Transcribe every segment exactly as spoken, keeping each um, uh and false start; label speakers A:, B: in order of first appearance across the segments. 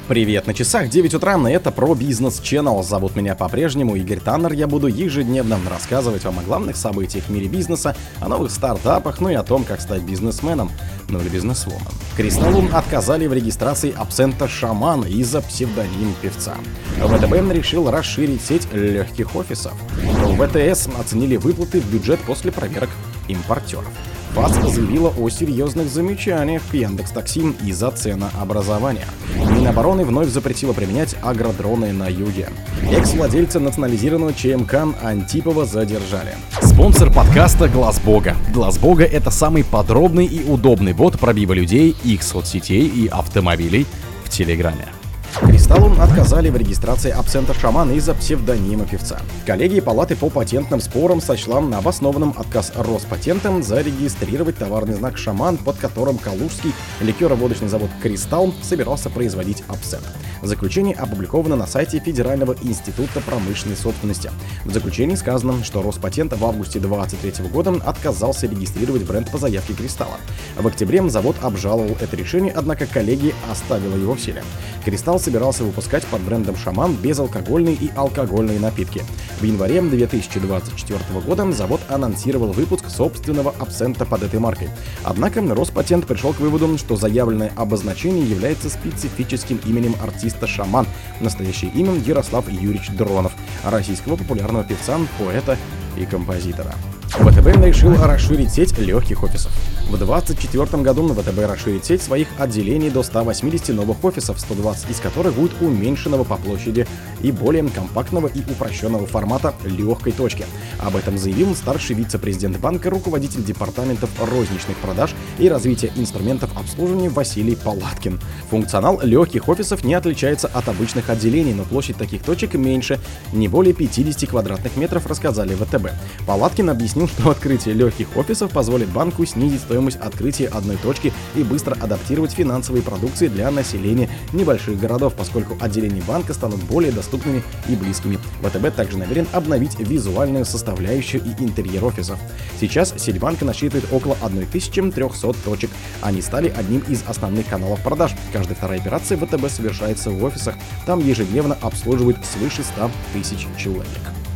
A: Привет, на часах девять утра, и это про бизнес Channel. Зовут меня по-прежнему Игорь Таннер. Я буду ежедневно рассказывать вам о главных событиях в мире бизнеса, о новых стартапах, ну и о том, как стать бизнесменом, ну или бизнесвумен. Кристаллу отказали в регистрации абсента Шаман из-за псевдонима певца. ВТБ решил расширить сеть легких офисов. ВТС оценили выплаты в бюджет после проверок импортеров. ФАС заявила о серьезных замечаниях к Яндекс.Такси из-за ценообразования. Минобороны вновь запретила применять агродроны на юге. Экс-владельца национализированного ЧМК Антипова задержали. Спонсор подкаста Глаз Бога. Глаз Бога — это самый подробный и удобный бот пробива людей, их соцсетей и автомобилей в Телеграме. Кристаллу отказали в регистрации абсента Шаман из-за псевдонима певца. Коллегия Палаты по патентным спорам сочла обоснованным отказ Роспатента зарегистрировать товарный знак Шаман, под которым Калужский ликероводочный завод Кристалл собирался производить абсент. Заключение опубликовано на сайте Федерального института промышленной собственности. В заключении сказано, что Роспатент в августе две тысячи двадцать третьего года отказался регистрировать бренд по заявке Кристалла. В октябре завод обжаловал это решение, однако коллегия оставила его в силе. Кристалл собирался выпускать под брендом Шаман безалкогольные и алкогольные напитки. В январе две тысячи двадцать четвёртого года завод анонсировал выпуск собственного абсента под этой маркой. Однако Роспатент пришел к выводу, что заявленное обозначение является специфическим именем артиста Шаман. Настоящее имя Ярослав Юрьевич Дронов, российского популярного певца, поэта и композитора. ВТБ решил расширить сеть легких офисов. В две тысячи двадцать четвёртом году ВТБ расширит сеть своих отделений до ста восьмидесяти новых офисов, сто двадцать из которых будут уменьшенного по площади и более компактного и упрощенного формата легкой точки. Об этом заявил старший вице-президент банка, руководитель департаментов розничных продаж и развития инструментов обслуживания Василий Палаткин. Функционал легких офисов не отличается от обычных отделений, но площадь таких точек меньше, не более пятидесяти квадратных метров, рассказали ВТБ. Палаткин объяснил, что открытие легких офисов позволит банку снизить стоимость открытия одной точки и быстро адаптировать финансовые продукции для населения небольших городов, поскольку отделения банка станут более доступными и близкими. ВТБ также намерен обновить визуальную составляющую и интерьер офисов. Сейчас сеть банка насчитывает около тысячи трёхсот точек. Они стали одним из основных каналов продаж. Каждая вторая операция ВТБ совершается в офисах. Там ежедневно обслуживают свыше ста тысяч человек.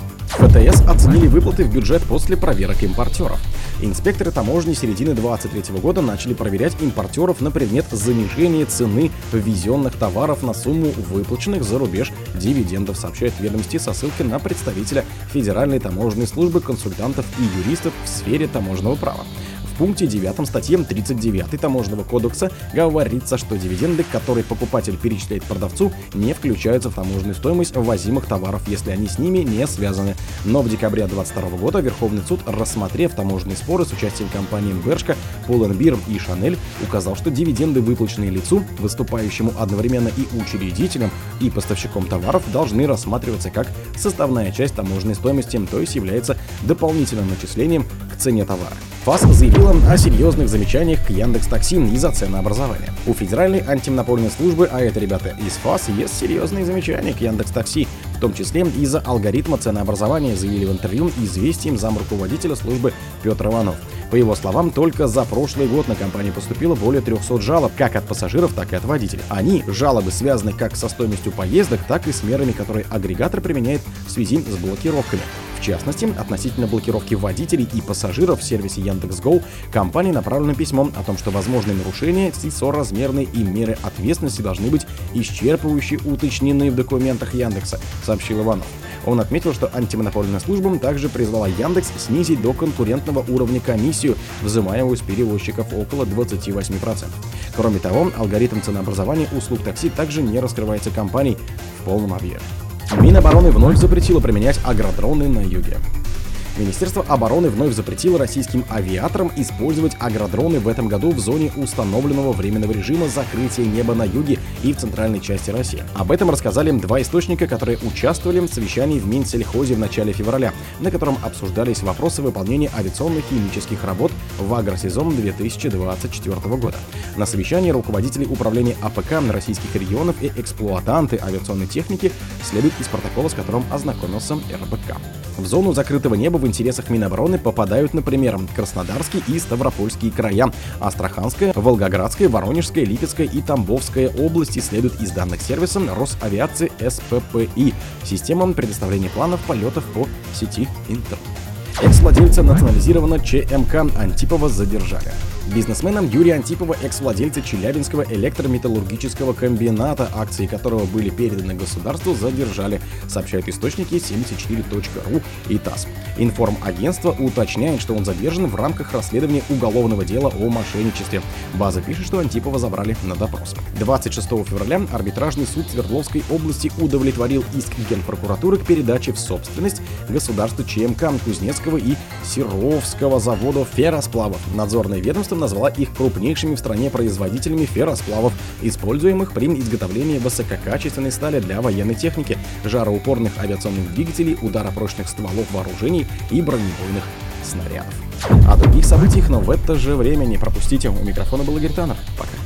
A: ФТС оценили выплаты в бюджет после проверок импортеров. Инспекторы таможни середины две тысячи двадцать третьего года начали проверять импортеров на предмет занижения цены ввезенных товаров на сумму выплаченных за рубеж дивидендов, сообщает ведомости со ссылкой на представителя Федеральной таможенной службы, консультантов и юристов в сфере таможенного права. В пункте девятом статьи тридцать девятой Таможенного кодекса говорится, что дивиденды, которые покупатель перечисляет продавцу, не включаются в таможенную стоимость ввозимых товаров, если они с ними не связаны. Но в декабре две тысячи двадцать второго года Верховный суд, рассмотрев таможенные споры с участием компаний Бершка, Pull&Bear и Шанель, указал, что дивиденды, выплаченные лицу, выступающему одновременно и учредителем, и поставщиком товаров, должны рассматриваться как составная часть таможенной стоимости, то есть является дополнительным начислением к цене товара. ФАС заявила о серьезных замечаниях к Яндекс.Такси из-за ценообразования. У Федеральной антимонопольной службы, а это ребята из ФАС, есть серьезные замечания к Яндекс.Такси, в том числе из-за алгоритма ценообразования, заявили в интервью «Известиям» замруководителя службы Петр Иванов. По его словам, только за прошлый год на компанию поступило более трёхсот жалоб как от пассажиров, так и от водителей. Они, жалобы, связаны как со стоимостью поездок, так и с мерами, которые агрегатор применяет в связи с блокировками. В частности, относительно блокировки водителей и пассажиров в сервисе Яндекс.Го компании направлено письмо о том, что возможные нарушения соразмерны и меры ответственности должны быть исчерпывающе уточнены в документах Яндекса, сообщил Иванов. Он отметил, что антимонопольная служба также призвала Яндекс снизить до конкурентного уровня комиссию, взимаемую с перевозчиков, около двадцати восьми процентов. Кроме того, алгоритм ценообразования услуг такси также не раскрывается компанией в полном объеме. Минобороны вновь запретило применять агродроны на юге. Министерство обороны вновь запретило российским авиаторам использовать агродроны в этом году в зоне установленного временного режима закрытия неба на юге и в центральной части России. Об этом рассказали два источника, которые участвовали в совещании в Минсельхозе в начале февраля, на котором обсуждались вопросы выполнения авиационно-химических работ в агросезон две тысячи двадцать четвёртого года. На совещании руководители управления АПК российских регионов и эксплуатанты авиационной техники следуют из протокола, с которым ознакомился эр бэ ка. В зону закрытого неба в интересах Минобороны попадают, например, Краснодарский и Ставропольские края, Астраханская, Волгоградская, Воронежская, Липецкая и Тамбовская области следуют из данных сервиса Росавиации эс пэ пэ и, системам предоставления планов полетов по сети интернет. Экс-владельца национализированного че эм ка Антипова задержали. Бизнесмена Юрия Антипова, экс-владельца Челябинского электрометаллургического комбината, акции которого были переданы государству, задержали, сообщают источники семьдесят четыре точка ру и ТАСС. Информагентство уточняет, что он задержан в рамках расследования уголовного дела о мошенничестве. База пишет, что Антипова забрали на допрос. двадцать шестого февраля арбитражный суд Свердловской области удовлетворил иск Генпрокуратуры к передаче в собственность государству че эм ка Кузнецкого и Серовского заводов ферросплавов. Надзорное ведомство назвала их крупнейшими в стране производителями ферросплавов, используемых при изготовлении высококачественной стали для военной техники, жароупорных авиационных двигателей, ударопрочных стволов вооружений и бронебойных снарядов. О других событиях, но в это же время не пропустите. У микрофона был Игорь Таннер. Пока.